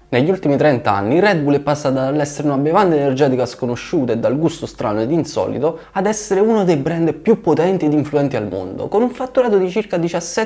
Negli ultimi 30 anni Red Bull è passata dall'essere una bevanda energetica sconosciuta e dal gusto strano ed insolito ad essere uno dei brand più potenti ed influenti al mondo, con un fatturato di circa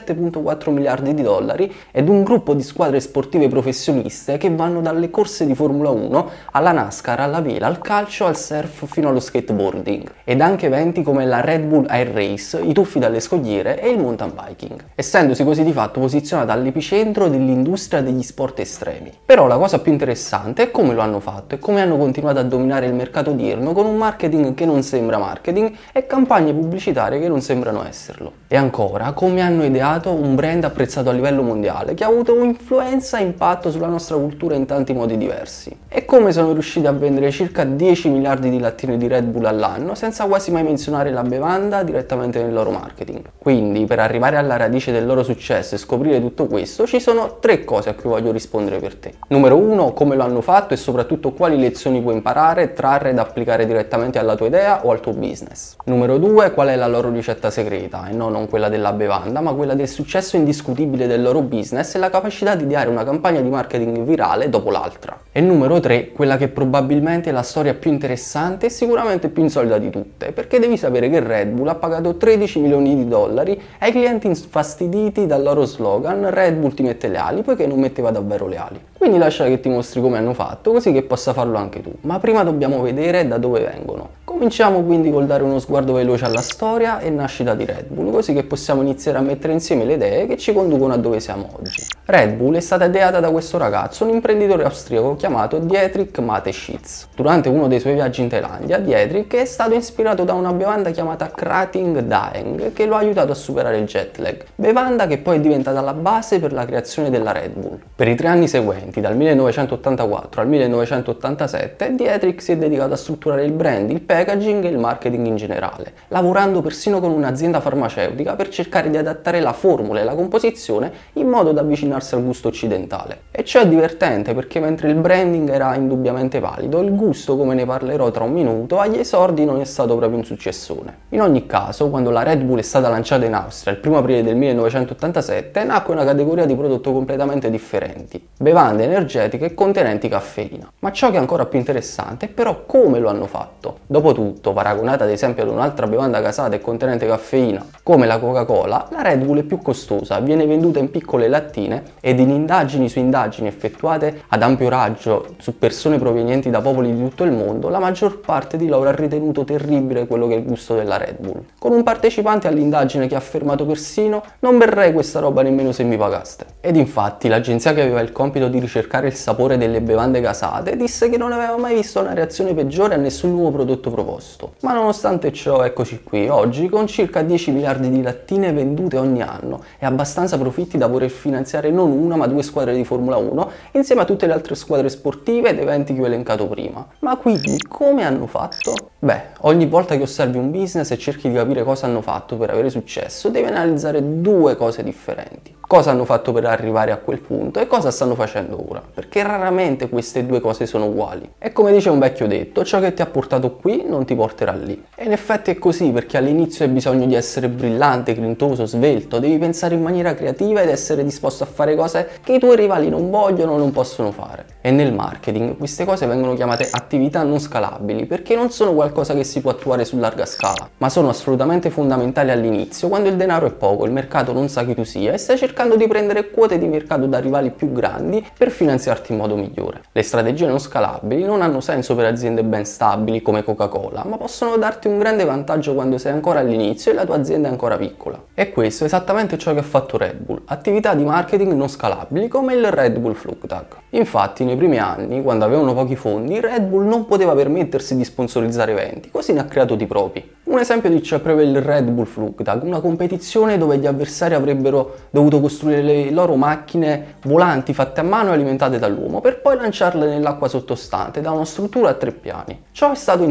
17,4 miliardi di dollari ed un gruppo di squadre sportive professioniste che vanno dalle corse di Formula 1 alla NASCAR, alla vela, al calcio, al surf fino allo skateboarding, ed anche eventi come la Red Bull Air Race, i tuffi dalle scogliere e il mountain biking, essendosi così di fatto posizionata all'epicentro dell'industria degli sport estremi. Però la cosa più interessante è come lo hanno fatto e come hanno continuato a dominare il mercato odierno con un marketing che non sembra marketing e campagne pubblicitarie che non sembrano esserlo. E ancora, come hanno ideato un brand apprezzato a livello mondiale che ha avuto un'influenza e impatto sulla nostra cultura in tanti modi diversi. E come sono riusciti a vendere circa 10 miliardi di lattine di Red Bull all'anno senza quasi mai menzionare la bevanda direttamente nel loro marketing. Quindi, per arrivare alla radice del loro successo e scoprire tutto questo, ci sono 3 cose a cui voglio rispondere per te. Numero 1, come lo hanno fatto e soprattutto quali lezioni puoi imparare, trarre ed applicare direttamente alla tua idea o al tuo business. Numero 2, qual è la loro ricetta segreta, e no, non quella della bevanda, ma quella del successo indiscutibile del loro business e la capacità di ideare una campagna di marketing virale dopo l'altra. E numero 3, quella che probabilmente è la storia più interessante e sicuramente più insolita di tutte, perché devi sapere che Red Bull ha pagato 13 milioni di dollari ai clienti infastiditi dal loro slogan "Red Bull ti mette le ali", poiché non metteva davvero le ali. Quindi lascia che ti mostri come hanno fatto, così che possa farlo anche tu. Ma prima dobbiamo vedere da dove vengono. Cominciamo quindi col dare uno sguardo veloce alla storia e nascita di Red Bull, così che possiamo iniziare a mettere insieme le idee che ci conducono a dove siamo oggi. Red Bull è stata ideata da questo ragazzo, un imprenditore austriaco chiamato Dietrich Mateschitz. Durante uno dei suoi viaggi in Thailandia, Dietrich è stato ispirato da una bevanda chiamata Krating Daeng che lo ha aiutato a superare il jet lag, bevanda che poi è diventata la base per la creazione della Red Bull. Per i 3 anni seguenti, dal 1984 al 1987, Dietrich si è dedicato a strutturare il brand, il packaging e il marketing in generale, lavorando persino con un'azienda farmaceutica per cercare di adattare la formula e la composizione in modo da avvicinarsi al gusto occidentale. E ciò è divertente perché mentre il branding era indubbiamente valido, il gusto, come ne parlerò tra un minuto, agli esordi non è stato proprio un successone. In ogni caso, quando la Red Bull è stata lanciata in Austria il 1 aprile del 1987, nacque una categoria di prodotto completamente differenti: bevande energetiche e contenenti caffeina. Ma ciò che è ancora più interessante è però come lo hanno fatto. Dopotutto, paragonata ad esempio ad un'altra bevanda gasata e contenente caffeina come la Coca-Cola, la Red Bull è più costosa, viene venduta in piccole lattine ed in indagini su indagini effettuate ad ampio raggio su persone provenienti da popoli di tutto il mondo, la maggior parte di loro ha ritenuto terribile quello che è il gusto della Red Bull, con un partecipante all'indagine che ha affermato persino: "Non berrei questa roba nemmeno se mi pagaste". Ed infatti l'agenzia che aveva il compito di ricercare il sapore delle bevande gasate disse che non aveva mai visto una reazione peggiore a nessun nuovo prodotto proposto. Ma nonostante ciò, eccoci qui oggi con circa 10 miliardi di lattine vendute ogni anno e abbastanza profitti da poter finanziare non una ma 2 squadre di Formula 1 insieme a tutte le altre squadre sportive ed eventi che ho elencato prima. Ma quindi come hanno fatto? Beh, ogni volta che osservi un business e cerchi di capire cosa hanno fatto per avere successo, devi analizzare 2 cose differenti: cosa hanno fatto per arrivare a quel punto e cosa stanno facendo ora, perché raramente queste 2 cose sono uguali. E come dice un vecchio detto, ciò che ti ha portato qui non ti porterà lì. E in effetti è così, perché all'inizio hai bisogno di essere brillante, grintoso, svelto, devi pensare in maniera creativa ed essere disposto a fare cose che i tuoi rivali non vogliono o non possono fare. E nel marketing queste cose vengono chiamate attività non scalabili, perché non sono qualcosa che si può attuare su larga scala, ma sono assolutamente fondamentali all'inizio, quando il denaro è poco, il mercato non sa chi tu sia e stai cercando di prendere quote di mercato da rivali più grandi per finanziarti in modo migliore. Le strategie non scalabili non hanno senso per aziende ben stabili come Coca-Cola, ma possono darti un grande vantaggio quando sei ancora all'inizio e la tua azienda è ancora piccola. E questo è esattamente ciò che ha fatto Red Bull: attività di marketing non scalabili come il Red Bull Flugtag. Infatti nei primi anni, quando avevano pochi fondi, Red Bull non poteva permettersi di sponsorizzare eventi, così ne ha creato di propri. Un esempio di ciò è proprio il Red Bull Flugtag, una competizione dove gli avversari avrebbero dovuto costruire le loro macchine volanti fatte a mano e alimentate dall'uomo per poi lanciarle nell'acqua sottostante da una struttura a 3 piani. Ciò è stato insolito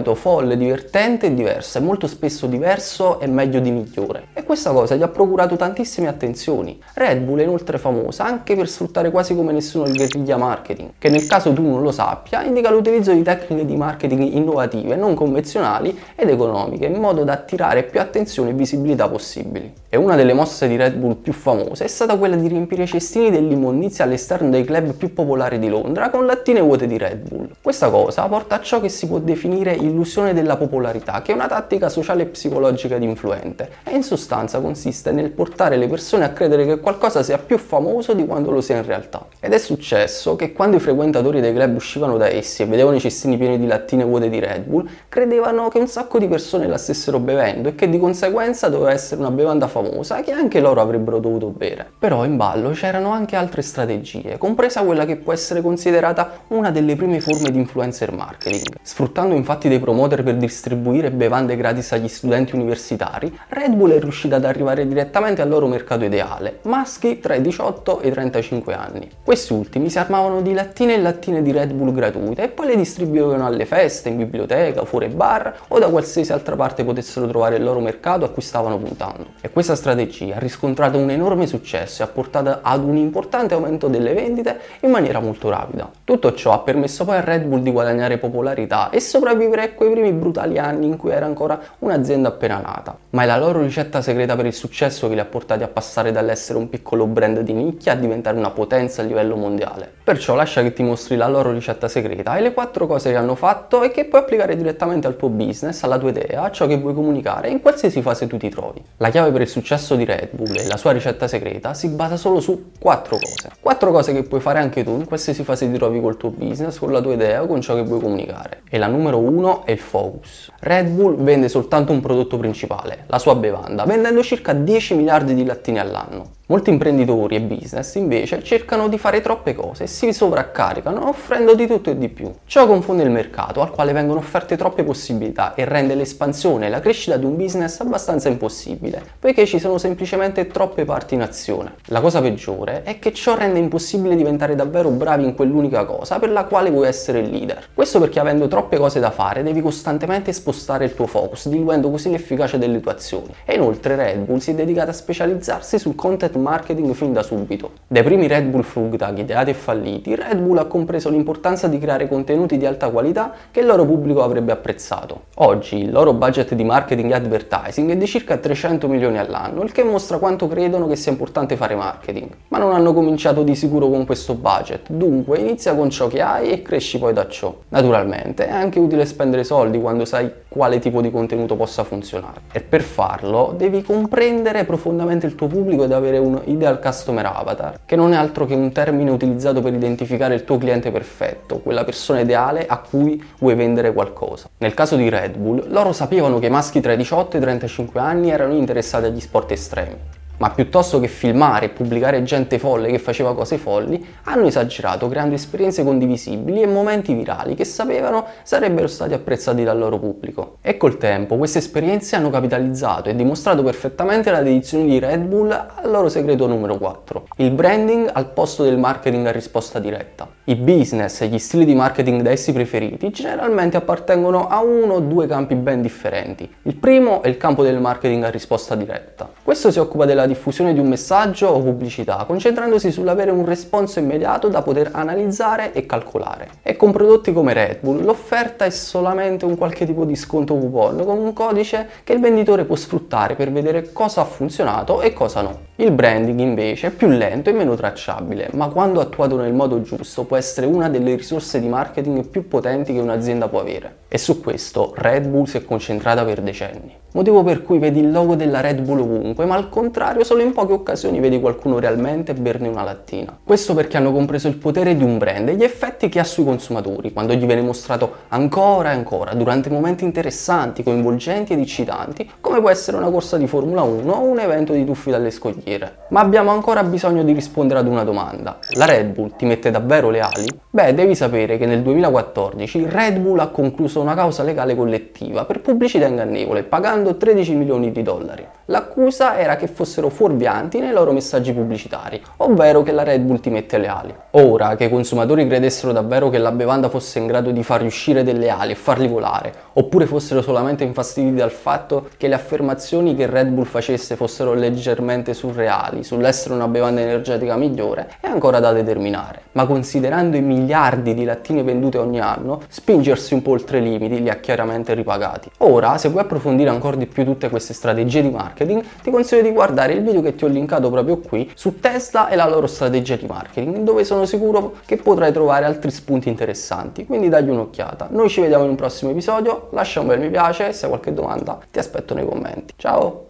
solito folle, divertente e diverso, e molto spesso diverso e meglio di migliore. E questa cosa gli ha procurato tantissime attenzioni. Red Bull è inoltre famosa anche per sfruttare quasi come nessuno il guerriglia marketing, che nel caso tu non lo sappia, indica l'utilizzo di tecniche di marketing innovative, non convenzionali ed economiche, in modo da attirare più attenzione e visibilità possibili. E una delle mosse di Red Bull più famose è stata quella di riempire i cestini dell'immondizia all'esterno dei club più popolari di Londra con lattine vuote di Red Bull. Questa cosa porta a ciò che si può definire illusione della popolarità, che è una tattica sociale e psicologica di influente, e in sostanza consiste nel portare le persone a credere che qualcosa sia più famoso di quanto lo sia in realtà. Ed è successo che quando i frequentatori dei club uscivano da essi e vedevano i cestini pieni di lattine vuote di Red Bull, credevano che un sacco di persone la stessero bevendo e che di conseguenza doveva essere una bevanda famosa che anche loro avrebbero dovuto bere. Però in ballo c'erano anche altre strategie, compresa quella che può essere considerata una delle prime forme di influencer marketing. Sfruttando infatti dei promoter per distribuire bevande gratis agli studenti universitari, Red Bull è riuscita ad arrivare direttamente al loro mercato ideale, maschi tra i 18 e i 35 anni. Questi ultimi si armavano di lattine e lattine di Red Bull gratuite e poi le distribuivano alle feste, in biblioteca, fuori bar o da qualsiasi altra parte potessero trovare il loro mercato a cui stavano puntando. E questa strategia ha riscontrato un enorme successo e ha portato ad un importante aumento delle vendite in maniera molto rapida. Tutto ciò ha permesso poi a Red Bull di guadagnare popolarità e sopravvivere a quei primi brutali anni in cui era ancora un'azienda appena nata. Ma è la loro ricetta segreta per il successo che li ha portati a passare dall'essere un piccolo brand di nicchia a diventare una potenza a livello mondiale. Perciò lascia che ti mostri la loro ricetta segreta e le 4 cose che hanno fatto e che puoi applicare direttamente al tuo business, alla tua idea, a ciò che vuoi comunicare in qualsiasi fase tu ti trovi. La chiave per il successo di Red Bull e la sua ricetta segreta si basa solo su 4 cose. 4 cose che puoi fare anche tu in qualsiasi fase ti trovi col tuo business, con la tua idea o con ciò che vuoi comunicare. E la numero 1 è il focus. Red Bull vende soltanto un prodotto principale, la sua bevanda, vendendo circa 10 miliardi di lattine all'anno. Molti imprenditori e business invece cercano di fare troppe cose e si sovraccaricano offrendo di tutto e di più. Ciò confonde il mercato, al quale vengono offerte troppe possibilità, e rende l'espansione e la crescita di un business abbastanza impossibile, poiché ci sono semplicemente troppe parti in azione. La cosa peggiore è che ciò rende impossibile diventare davvero bravi in quell'unica cosa per la quale vuoi essere il leader. Questo perché avendo troppe cose da fare devi costantemente spostare il tuo focus, diluendo così l'efficacia delle tue azioni. E inoltre Red Bull si è dedicata a specializzarsi sul content marketing fin da subito. Dai primi Red Bull Frug Tag ideati e falliti, Red Bull ha compreso l'importanza di creare contenuti di alta qualità che il loro pubblico avrebbe apprezzato. Oggi il loro budget di marketing e advertising è di circa 300 milioni all'anno, il che mostra quanto credono che sia importante fare marketing. Ma non hanno cominciato di sicuro con questo budget, dunque inizia con ciò che hai e cresci poi da ciò. Naturalmente è anche utile spendere soldi quando sai quale tipo di contenuto possa funzionare, e per farlo devi comprendere profondamente il tuo pubblico ed avere un ideal customer avatar, che non è altro che un termine utilizzato per identificare il tuo cliente perfetto, quella persona ideale a cui vuoi vendere qualcosa. Nel caso di Red Bull, loro sapevano che i maschi tra i 18 e i 35 anni erano interessati agli sport estremi. Ma piuttosto che filmare e pubblicare gente folle che faceva cose folli, hanno esagerato creando esperienze condivisibili e momenti virali che sapevano sarebbero stati apprezzati dal loro pubblico. E col tempo queste esperienze hanno capitalizzato e dimostrato perfettamente la dedizione di Red Bull al loro segreto numero 4, il branding al posto del marketing a risposta diretta. I business e gli stili di marketing da essi preferiti generalmente appartengono a uno o due campi ben differenti. Il primo è il campo del marketing a risposta diretta. Questo si occupa della diffusione di un messaggio o pubblicità, concentrandosi sull'avere un responso immediato da poter analizzare e calcolare. E con prodotti come Red Bull l'offerta è solamente un qualche tipo di sconto coupon con un codice che il venditore può sfruttare per vedere cosa ha funzionato e cosa no. Il branding invece è più lento e meno tracciabile, ma quando attuato nel modo giusto può essere una delle risorse di marketing più potenti che un'azienda può avere. E su questo Red Bull si è concentrata per decenni. Motivo per cui vedi il logo della Red Bull ovunque, ma al contrario solo in poche occasioni vedi qualcuno realmente berne una lattina. Questo perché hanno compreso il potere di un brand e gli effetti che ha sui consumatori, quando gli viene mostrato ancora e ancora, durante momenti interessanti, coinvolgenti ed eccitanti, come può essere una corsa di Formula 1 o un evento di tuffi dalle scogliere. dire. Ma abbiamo ancora bisogno di rispondere ad una domanda. La Red Bull ti mette davvero le ali? Beh, devi sapere che nel 2014 Red Bull ha concluso una causa legale collettiva per pubblicità ingannevole, pagando 13 milioni di dollari. L'accusa era che fossero fuorvianti nei loro messaggi pubblicitari, ovvero che la Red Bull ti mette le ali. Ora, che i consumatori credessero davvero che la bevanda fosse in grado di far riuscire delle ali e farli volare, oppure fossero solamente infastiditi dal fatto che le affermazioni che Red Bull facesse fossero leggermente surreali sull'essere una bevanda energetica migliore, è ancora da determinare. Ma considerando i miliardi di lattine vendute ogni anno, spingersi un po' oltre i limiti li ha chiaramente ripagati. Ora, se vuoi approfondire ancora di più tutte queste strategie di marketing, ti consiglio di guardare il video che ti ho linkato proprio qui su Tesla e la loro strategia di marketing, dove sono sicuro che potrai trovare altri spunti interessanti, quindi dagli un'occhiata. Noi ci vediamo in un prossimo episodio, lascia un bel mi piace e se hai qualche domanda ti aspetto nei commenti. Ciao!